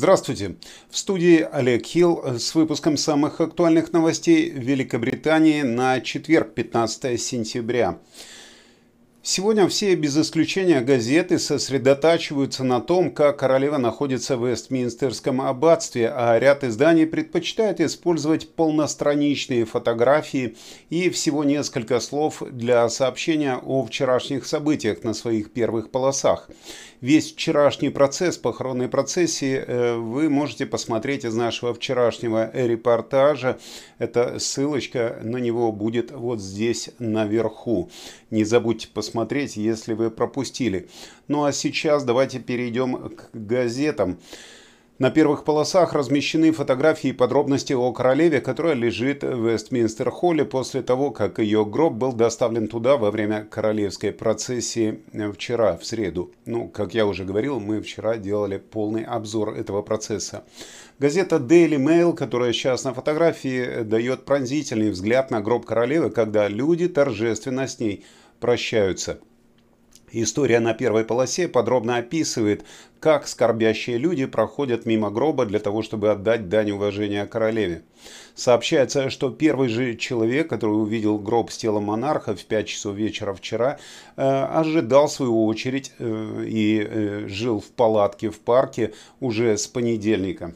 Здравствуйте! В студии Олег Хилл с выпуском самых актуальных новостей Великобритании на четверг, 15 сентября. Сегодня все без исключения газеты сосредотачиваются на том, как королева находится в Вестминстерском аббатстве, а ряд изданий предпочитает использовать полностраничные фотографии и всего несколько слов для сообщения о вчерашних событиях на своих первых полосах. Весь вчерашний процесс похоронной процессии вы можете посмотреть из нашего вчерашнего репортажа. Эта ссылочка на него будет вот здесь наверху. Не забудьте посмотреть, если вы пропустили. Ну а сейчас давайте перейдем к газетам. На первых полосах размещены фотографии и подробности о королеве, которая лежит в Вестминстер-холле после того, как ее гроб был доставлен туда во время королевской процессии вчера, в среду. Ну, как я уже говорил, мы вчера делали полный обзор этого процесса. Газета Daily Mail, которая сейчас на фотографии, дает пронзительный взгляд на гроб королевы, когда люди торжественно с ней прощаются. История на первой полосе подробно описывает, как скорбящие люди проходят мимо гроба для того, чтобы отдать дань уважения королеве. Сообщается, что первый же человек, который увидел гроб с телом монарха в 5 часов вечера вчера, ожидал свою очередь и жил в палатке в парке уже с понедельника.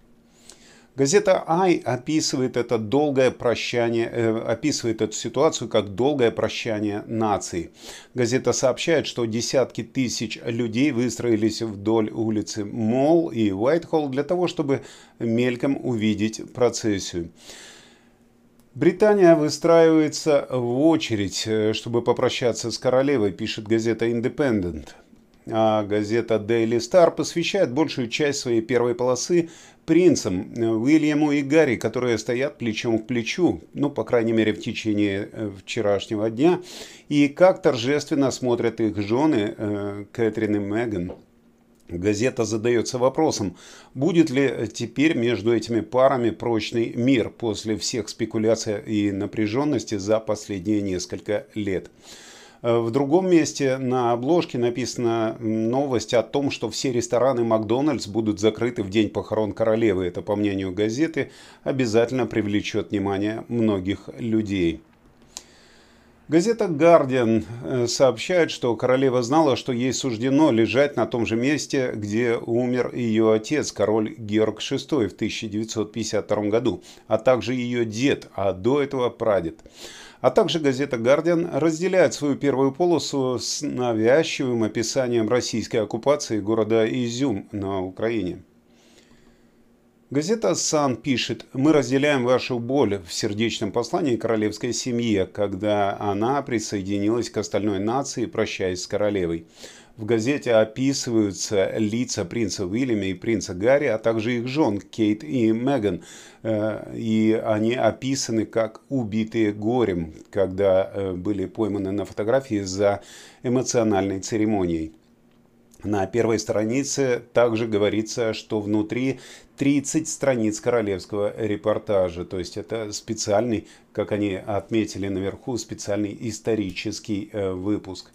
Газета «Ай» описывает это долгое прощание, описывает эту ситуацию как долгое прощание нации. Газета сообщает, что десятки тысяч людей выстроились вдоль улицы Молл и Уайтхолл для того, чтобы мельком увидеть процессию. Британия выстраивается в очередь, чтобы попрощаться с королевой, пишет газета «Independent». А газета Daily Star посвящает большую часть своей первой полосы принцам Уильяму и Гарри, которые стоят плечом к плечу, ну, по крайней мере, в течение вчерашнего дня, и как торжественно смотрят их жены Кэтрин и Меган. Газета задается вопросом, будет ли теперь между этими парами прочный мир после всех спекуляций и напряженности за последние несколько лет. В другом месте на обложке написана новость о том, что все рестораны Макдональдс будут закрыты в день похорон королевы. Это, по мнению газеты, обязательно привлечет внимание многих людей. Газета «Гардиан» сообщает, что королева знала, что ей суждено лежать на том же месте, где умер ее отец, король Георг VI в 1952 году, а также ее дед, а до этого прадед. А также газета «Гардиан» разделяет свою первую полосу с навязчивым описанием российской оккупации города Изюм на Украине. Газета «Сан» пишет: «Мы разделяем вашу боль в сердечном послании королевской семье, когда она присоединилась к остальной нации, прощаясь с королевой». В газете описываются лица принца Уильяма и принца Гарри, а также их жен Кейт и Меган. И они описаны как убитые горем, когда были пойманы на фотографии за эмоциональной церемонией. На первой странице также говорится, что внутри 30 страниц королевского репортажа. То есть это специальный, как они отметили наверху, специальный исторический выпуск.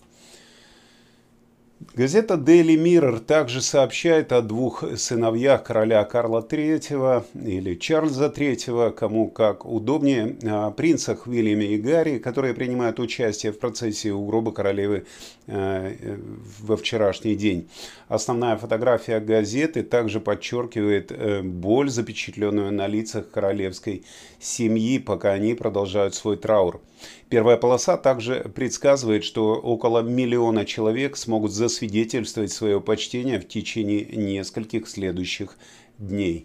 Газета Daily Mirror также сообщает о двух сыновьях короля Карла III или Чарльза III, кому как удобнее, о принцах Уильяме и Гарри, которые принимают участие в процессе у гроба королевы во вчерашний день. Основная фотография газеты также подчеркивает боль, запечатленную на лицах королевской семьи, пока они продолжают свой траур. Первая полоса также предсказывает, что около 1 миллиона человек смогут засвидетельствовать свое почтение в течение нескольких следующих дней.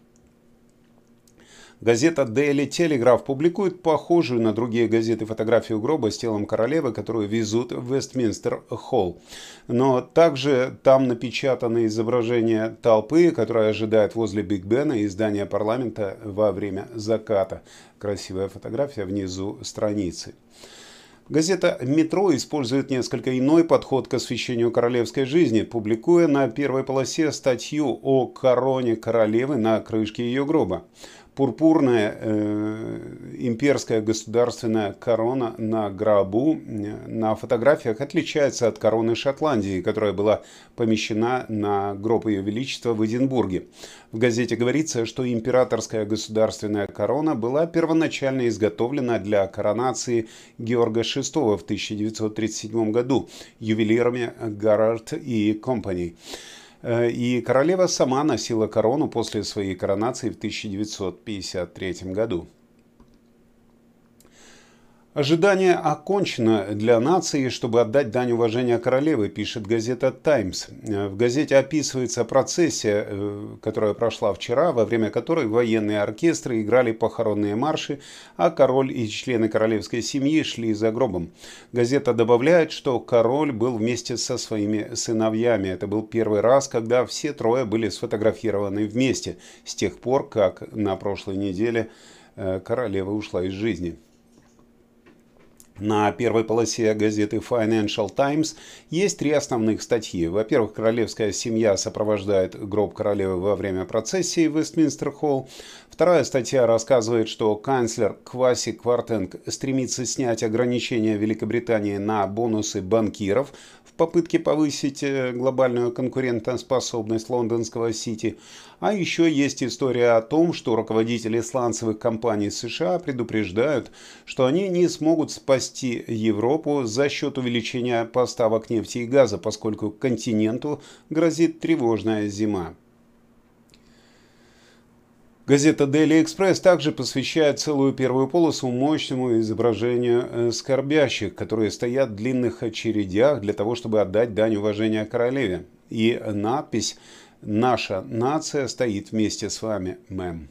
Газета Daily Telegraph публикует похожую на другие газеты фотографию гроба с телом королевы, которую везут в Вестминстер-холл. Но также там напечатаны изображения толпы, которая ожидает возле Биг Бена и здания парламента во время заката. Красивая фотография внизу страницы. Газета «Метро» использует несколько иной подход к освещению королевской жизни, публикуя на первой полосе статью о короне королевы на крышке ее гроба. Пурпурная имперская государственная корона на гробу на фотографиях отличается от короны Шотландии, которая была помещена на гроб Ее Величества в Эдинбурге. В газете говорится, что императорская государственная корона была первоначально изготовлена для коронации Георга VI в 1937 году ювелирами Garrard и Company. И королева сама носила корону после своей коронации в 1953 году. Ожидание окончено для нации, чтобы отдать дань уважения королеве, пишет газета «Таймс». В газете описывается процессия, которая прошла вчера, во время которой военные оркестры играли похоронные марши, а король и члены королевской семьи шли за гробом. Газета добавляет, что король был вместе со своими сыновьями. Это был первый раз, когда все трое были сфотографированы вместе, с тех пор, как на прошлой неделе королева ушла из жизни. На первой полосе газеты Financial Times есть три основных статьи. Во-первых, королевская семья сопровождает гроб королевы во время процессии в Вестминстер-Холл. Вторая статья рассказывает, что канцлер Кваси Квартенг стремится снять ограничения Великобритании на бонусы банкиров в попытке повысить глобальную конкурентоспособность лондонского Сити. А еще есть история о том, что руководители сланцевых компаний США предупреждают, что они не смогут спасти Европу за счет увеличения поставок нефти и газа, поскольку континенту грозит тревожная зима. Газета Daily Express также посвящает целую первую полосу мощному изображению скорбящих, которые стоят в длинных очередях для того, чтобы отдать дань уважения королеве. И надпись «Наша нация стоит вместе с вами, мэм».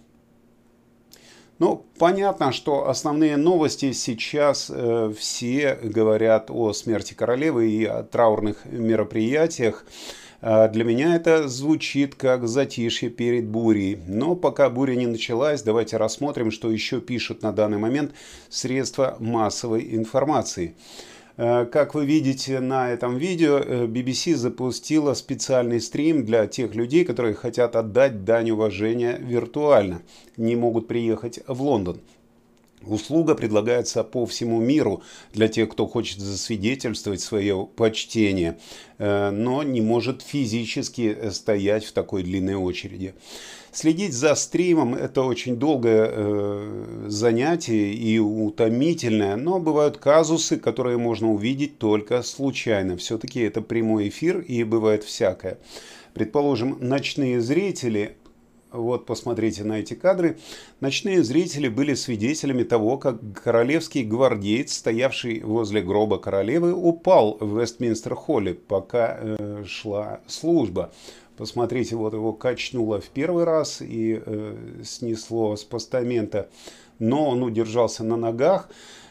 Ну, понятно, что основные новости сейчас все говорят о смерти королевы и о траурных мероприятиях. Для меня это звучит как затишье перед бурей. Но пока буря не началась, давайте рассмотрим, что еще пишут на данный момент средства массовой информации. Как вы видите на этом видео, BBC запустила специальный стрим для тех людей, которые хотят отдать дань уважения виртуально, не могут приехать в Лондон. Услуга предлагается по всему миру для тех, кто хочет засвидетельствовать свое почтение, но не может физически стоять в такой длинной очереди. Следить за стримом – это очень долгое занятие и утомительное, но бывают казусы, которые можно увидеть только случайно. Все-таки это прямой эфир и бывает всякое. Предположим, ночные зрители... Вот посмотрите на эти кадры. Ночные зрители были свидетелями того, как королевский гвардеец, стоявший возле гроба королевы, упал в Вестминстер-холле, пока шла служба. Посмотрите, вот его качнуло в первый раз и снесло с постамента, но он удержался на ногах.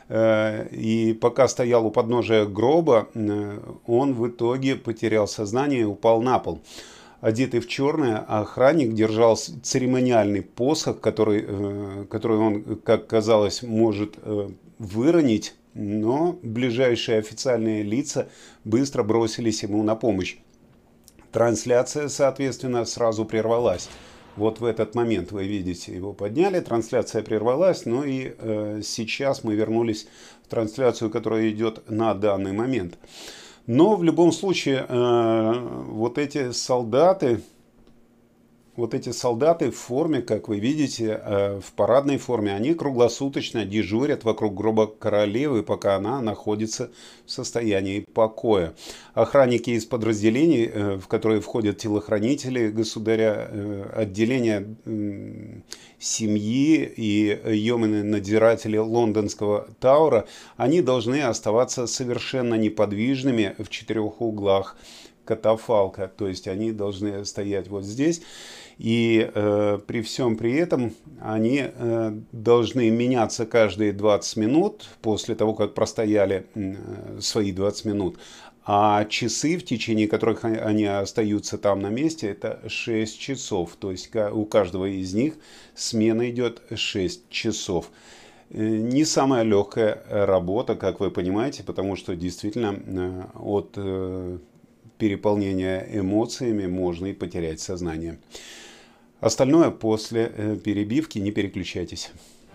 И пока стоял у подножия гроба, он в итоге потерял сознание и упал на пол. Одетый в черное, охранник держал церемониальный посох, который он, как казалось, может выронить, но ближайшие официальные лица быстро бросились ему на помощь. Трансляция, соответственно, сразу прервалась. Вот в этот момент вы видите, его подняли, трансляция прервалась, ну и сейчас мы вернулись в трансляцию, которая идет на данный момент. Но в любом случае, вот эти солдаты в форме, как вы видите, в парадной форме, они круглосуточно дежурят вокруг гроба королевы, пока она находится в состоянии покоя. Охранники из подразделений, в которые входят телохранители государя, отделения семьи и еменные надзиратели лондонского Таура, они должны оставаться совершенно неподвижными в четырех углах катафалка, то есть они должны стоять вот здесь, и при всем при этом они должны меняться каждые 20 минут после того, как простояли свои 20 минут, а часы, в течение которых они остаются там на месте, это 6 часов, то есть у каждого из них смена идет 6 часов. Не самая легкая работа, как вы понимаете, потому что действительно от переполнения эмоциями можно и потерять сознание. Остальное после перебивки, не переключайтесь.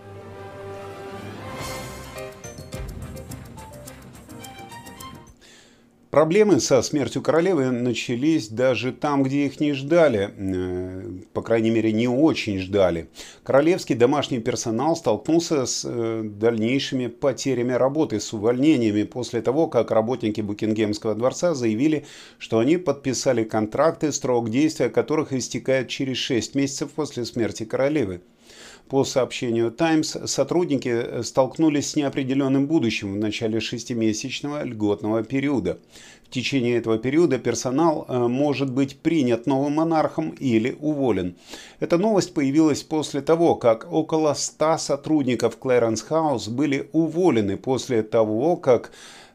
Проблемы со смертью королевы начались даже там, где их не ждали, по крайней мере, не очень ждали. Королевский домашний персонал столкнулся с дальнейшими потерями работы, с увольнениями после того, как работники Букингемского дворца заявили, что они подписали контракты, срок действия которых истекает через 6 месяцев после смерти королевы. По сообщению Times, сотрудники столкнулись с неопределенным будущим в начале 6-месячного льготного периода. В течение этого периода персонал может быть принят новым монархом или уволен. Эта новость появилась после того, как около 100 сотрудников Clarence House были уволены после того, как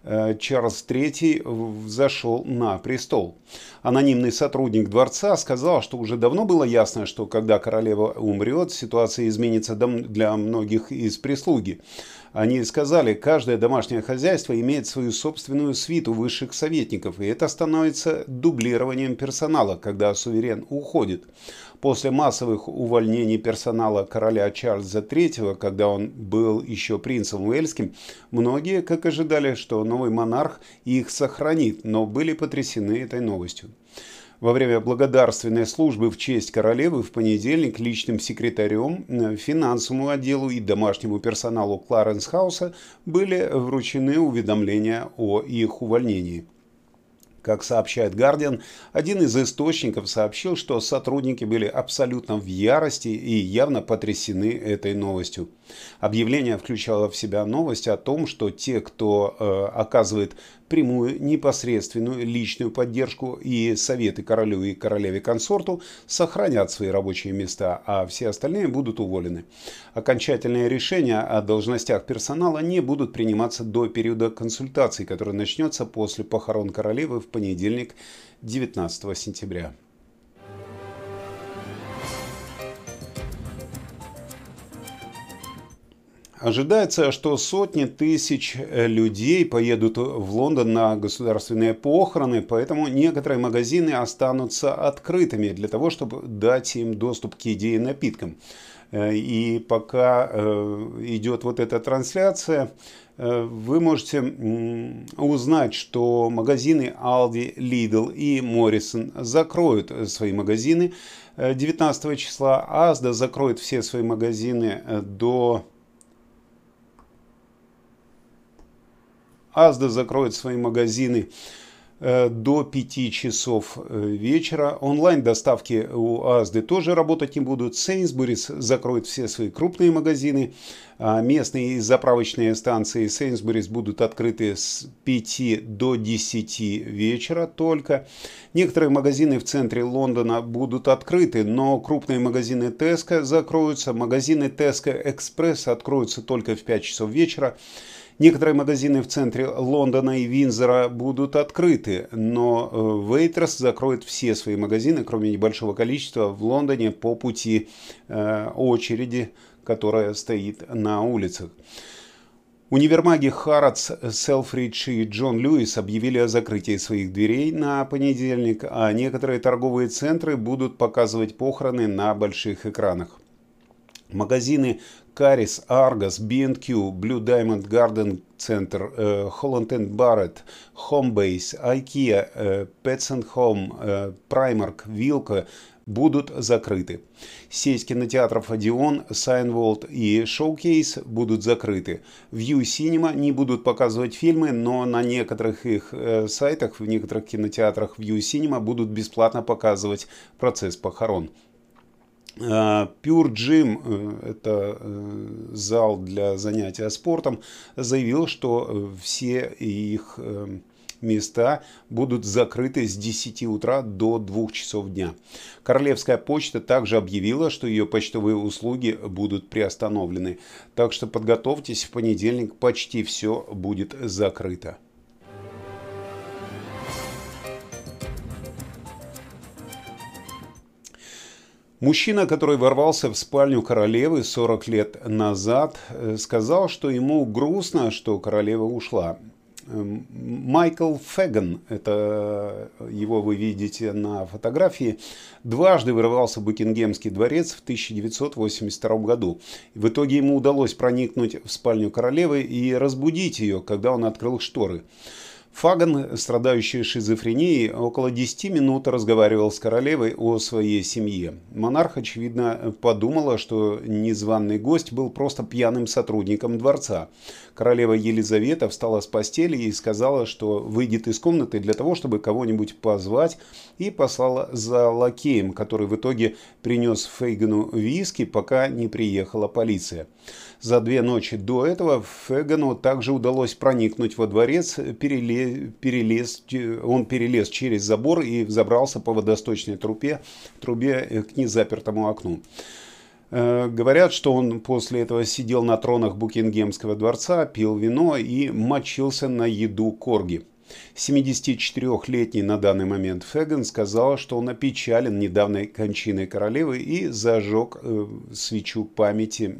Чарльз III взошел на престол. Анонимный сотрудник дворца сказал, что уже давно было ясно, что когда королева умрет, ситуация изменится для многих из прислуги. Они сказали, каждое домашнее хозяйство имеет свою собственную свиту высших советников, и это становится дублированием персонала, когда суверен уходит. После массовых увольнений персонала короля Чарльза III, когда он был еще принцем Уэльским, многие, как ожидали, что новый монарх их сохранит, но были потрясены этой новостью. Во время благодарственной службы в честь королевы в понедельник личным секретарем, финансовому отделу и домашнему персоналу Кларенс Хауса были вручены уведомления о их увольнении. Как сообщает Guardian, один из источников сообщил, что сотрудники были абсолютно в ярости и явно потрясены этой новостью. Объявление включало в себя новость о том, что те, кто оказывает прямую, непосредственную личную поддержку и советы королю и королеве-консорту, сохранят свои рабочие места, а все остальные будут уволены. Окончательные решения о должностях персонала не будут приниматься до периода консультаций, который начнется после похорон королевы в понедельник, 19 сентября. Ожидается, что сотни тысяч людей поедут в Лондон на государственные похороны, поэтому некоторые магазины останутся открытыми для того, чтобы дать им доступ к еде и напиткам. И пока идет вот эта трансляция, вы можете узнать, что магазины Aldi, Lidl и Morrison закроют свои магазины 19 числа. Asda закроет все свои магазины Asda закроет свои магазины до 5 часов вечера. Онлайн-доставки у Asda тоже работать не будут. Sainsbury's закроет все свои крупные магазины. Местные заправочные станции Sainsbury's будут открыты с 5 до 10 вечера только. Некоторые магазины в центре Лондона будут открыты, но крупные магазины Tesco закроются. Магазины Tesco Express откроются только в 5 часов вечера. Некоторые магазины в центре Лондона и Виндзора будут открыты, но Waitrose закроет все свои магазины, кроме небольшого количества, в Лондоне по пути очереди, которая стоит на улицах. Универмаги Harrods, Selfridge и John Lewis объявили о закрытии своих дверей на понедельник, а некоторые торговые центры будут показывать похороны на больших экранах. Магазины Caris, Argos, B&Q, Blue Diamond Garden Center, Holland & Barrett, Homebase, IKEA, Pets & Home, Primark, Wilko будут закрыты. Сеть кинотеатров Odeon, Cineworld и Showcase будут закрыты. View Cinema не будут показывать фильмы, но на некоторых их сайтах, в некоторых кинотеатрах View Cinema будут бесплатно показывать процесс похорон. Pure Gym, это зал для занятия спортом, заявил, что все их места будут закрыты с 10 утра до 2 часов дня. Королевская почта также объявила, что ее почтовые услуги будут приостановлены. Так что подготовьтесь, в понедельник почти все будет закрыто. Мужчина, который ворвался в спальню королевы 40 лет назад, сказал, что ему грустно, что королева ушла. Майкл Феган, это его вы видите на фотографии, дважды вырывался в Букингемский дворец в 1982 году. В итоге ему удалось проникнуть в спальню королевы и разбудить ее, когда он открыл шторы. Фаган, страдающий шизофренией, около 10 минут разговаривал с королевой о своей семье. Монарх, очевидно, подумала, что незваный гость был просто пьяным сотрудником дворца. Королева Елизавета встала с постели и сказала, что выйдет из комнаты для того, чтобы кого-нибудь позвать, и послала за лакеем, который в итоге принес Фейгану виски, пока не приехала полиция. За 2 ночи до этого Фегану также удалось проникнуть во дворец, он перелез через забор и взобрался по водосточной трубе к незапертому окну. Говорят, что он после этого сидел на тронах Букингемского дворца, пил вино и мочился на еду корги. 74-летний на данный момент Феган сказал, что он опечален недавней кончиной королевы и зажег свечу памяти.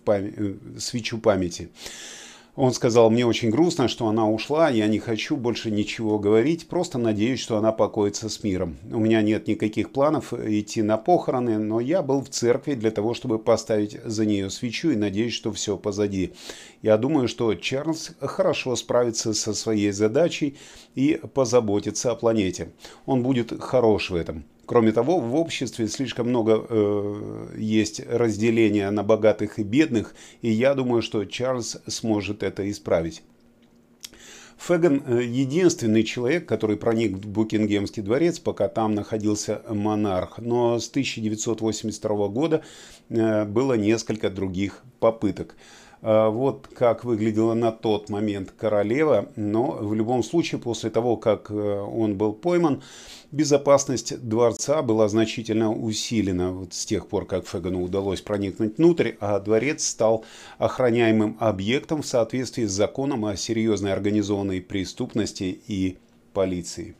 Он сказал: «Мне очень грустно, что она ушла, я не хочу больше ничего говорить, просто надеюсь, что она покоится с миром. У меня нет никаких планов идти на похороны, но я был в церкви для того, чтобы поставить за нее свечу и надеюсь, что все позади. Я думаю, что Чарльз хорошо справится со своей задачей и позаботится о планете. Он будет хорош в этом». Кроме того, в обществе слишком много есть разделения на богатых и бедных, и я думаю, что Чарльз сможет это исправить. Феган единственный человек, который проник в Букингемский дворец, пока там находился монарх, но с 1982 года было несколько других попыток. Вот как выглядела на тот момент королева, но в любом случае после того, как он был пойман, безопасность дворца была значительно усилена вот с тех пор, как Фегану удалось проникнуть внутрь, а дворец стал охраняемым объектом в соответствии с законом о серьезной организованной преступности и полиции.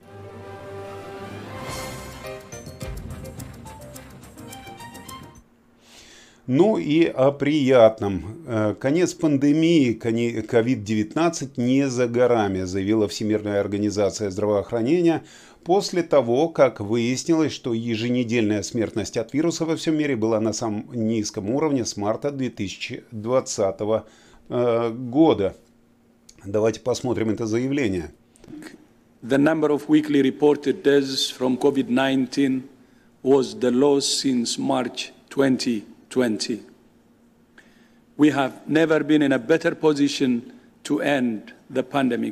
Ну и о приятном. Конец пандемии COVID-19 не за горами, заявила Всемирная организация здравоохранения после того, как выяснилось, что еженедельная смертность от вируса во всем мире была на самом низком уровне с марта 2020 года. Давайте посмотрим это заявление. The number of weekly reported deaths from COVID-19 was the lowest since March 2020. We have never been in a better position to end the pandemic.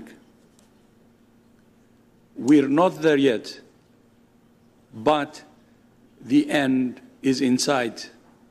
We're not there yet, but the end is in sight.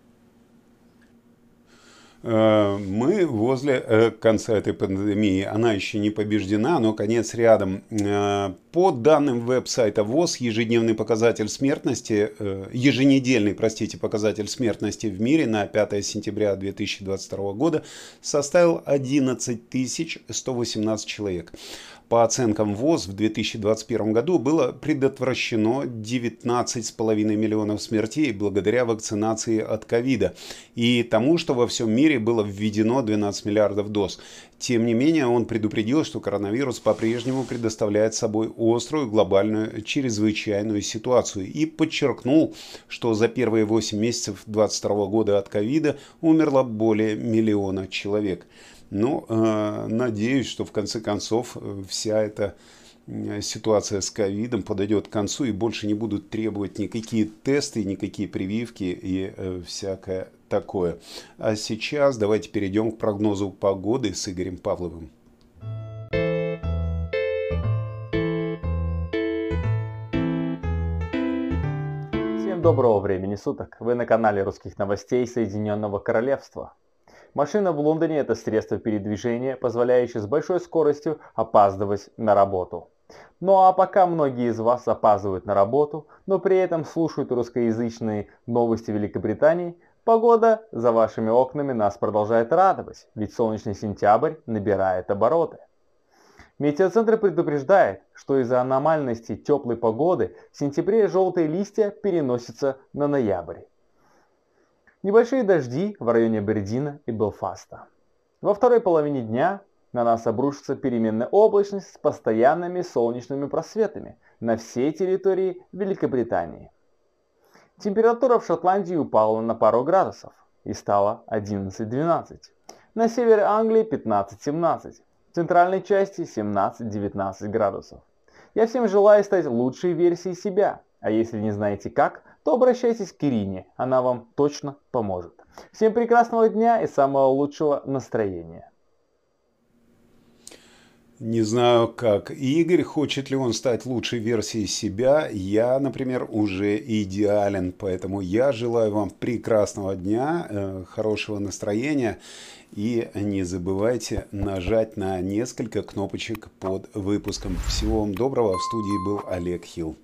Мы возле конца этой пандемии. Она еще не побеждена, но конец рядом. По данным веб-сайта ВОЗ, ежедневный показатель смертности, еженедельный, показатель смертности в мире на 5 сентября 2022 года составил 11 118 человек. По оценкам ВОЗ, в 2021 году было предотвращено 19,5 миллионов смертей благодаря вакцинации от ковида и тому, что во всем мире было введено 12 миллиардов доз. Тем не менее, он предупредил, что коронавирус по-прежнему предоставляет собой острую глобальную чрезвычайную ситуацию и подчеркнул, что за первые 8 месяцев 2022 года от ковида умерло более 1 миллиона человек. Но надеюсь, что в конце концов вся эта ситуация с ковидом подойдет к концу и больше не будут требовать никакие тесты, никакие прививки и всякое такое. А сейчас давайте перейдем к прогнозу погоды с Игорем Павловым. Всем доброго времени суток! Вы на канале русских новостей Соединенного Королевства. Машина в Лондоне – это средство передвижения, позволяющее с большой скоростью опаздывать на работу. Ну а пока многие из вас опаздывают на работу, но при этом слушают русскоязычные новости Великобритании, погода за вашими окнами нас продолжает радовать, ведь солнечный сентябрь набирает обороты. Метеоцентр предупреждает, что из-за аномальности теплой погоды в сентябре желтые листья переносятся на ноябрь. Небольшие дожди в районе Абердина и Белфаста. Во второй половине дня На нас обрушится переменная облачность с постоянными солнечными просветами на всей территории Великобритании. Температура в Шотландии упала на пару градусов и стала 11-12. На севере Англии 15-17. В центральной части 17-19 градусов. Я всем желаю стать лучшей версией себя. А если не знаете как, то обращайтесь к Ирине, она вам точно поможет. Всем прекрасного дня и самого лучшего настроения. Не знаю, как Игорь, хочет ли он стать лучшей версией себя. Я, например, уже идеален, поэтому я желаю вам прекрасного дня, хорошего настроения. И не забывайте нажать на несколько кнопочек под выпуском. Всего вам доброго. В студии был Олег Хилл.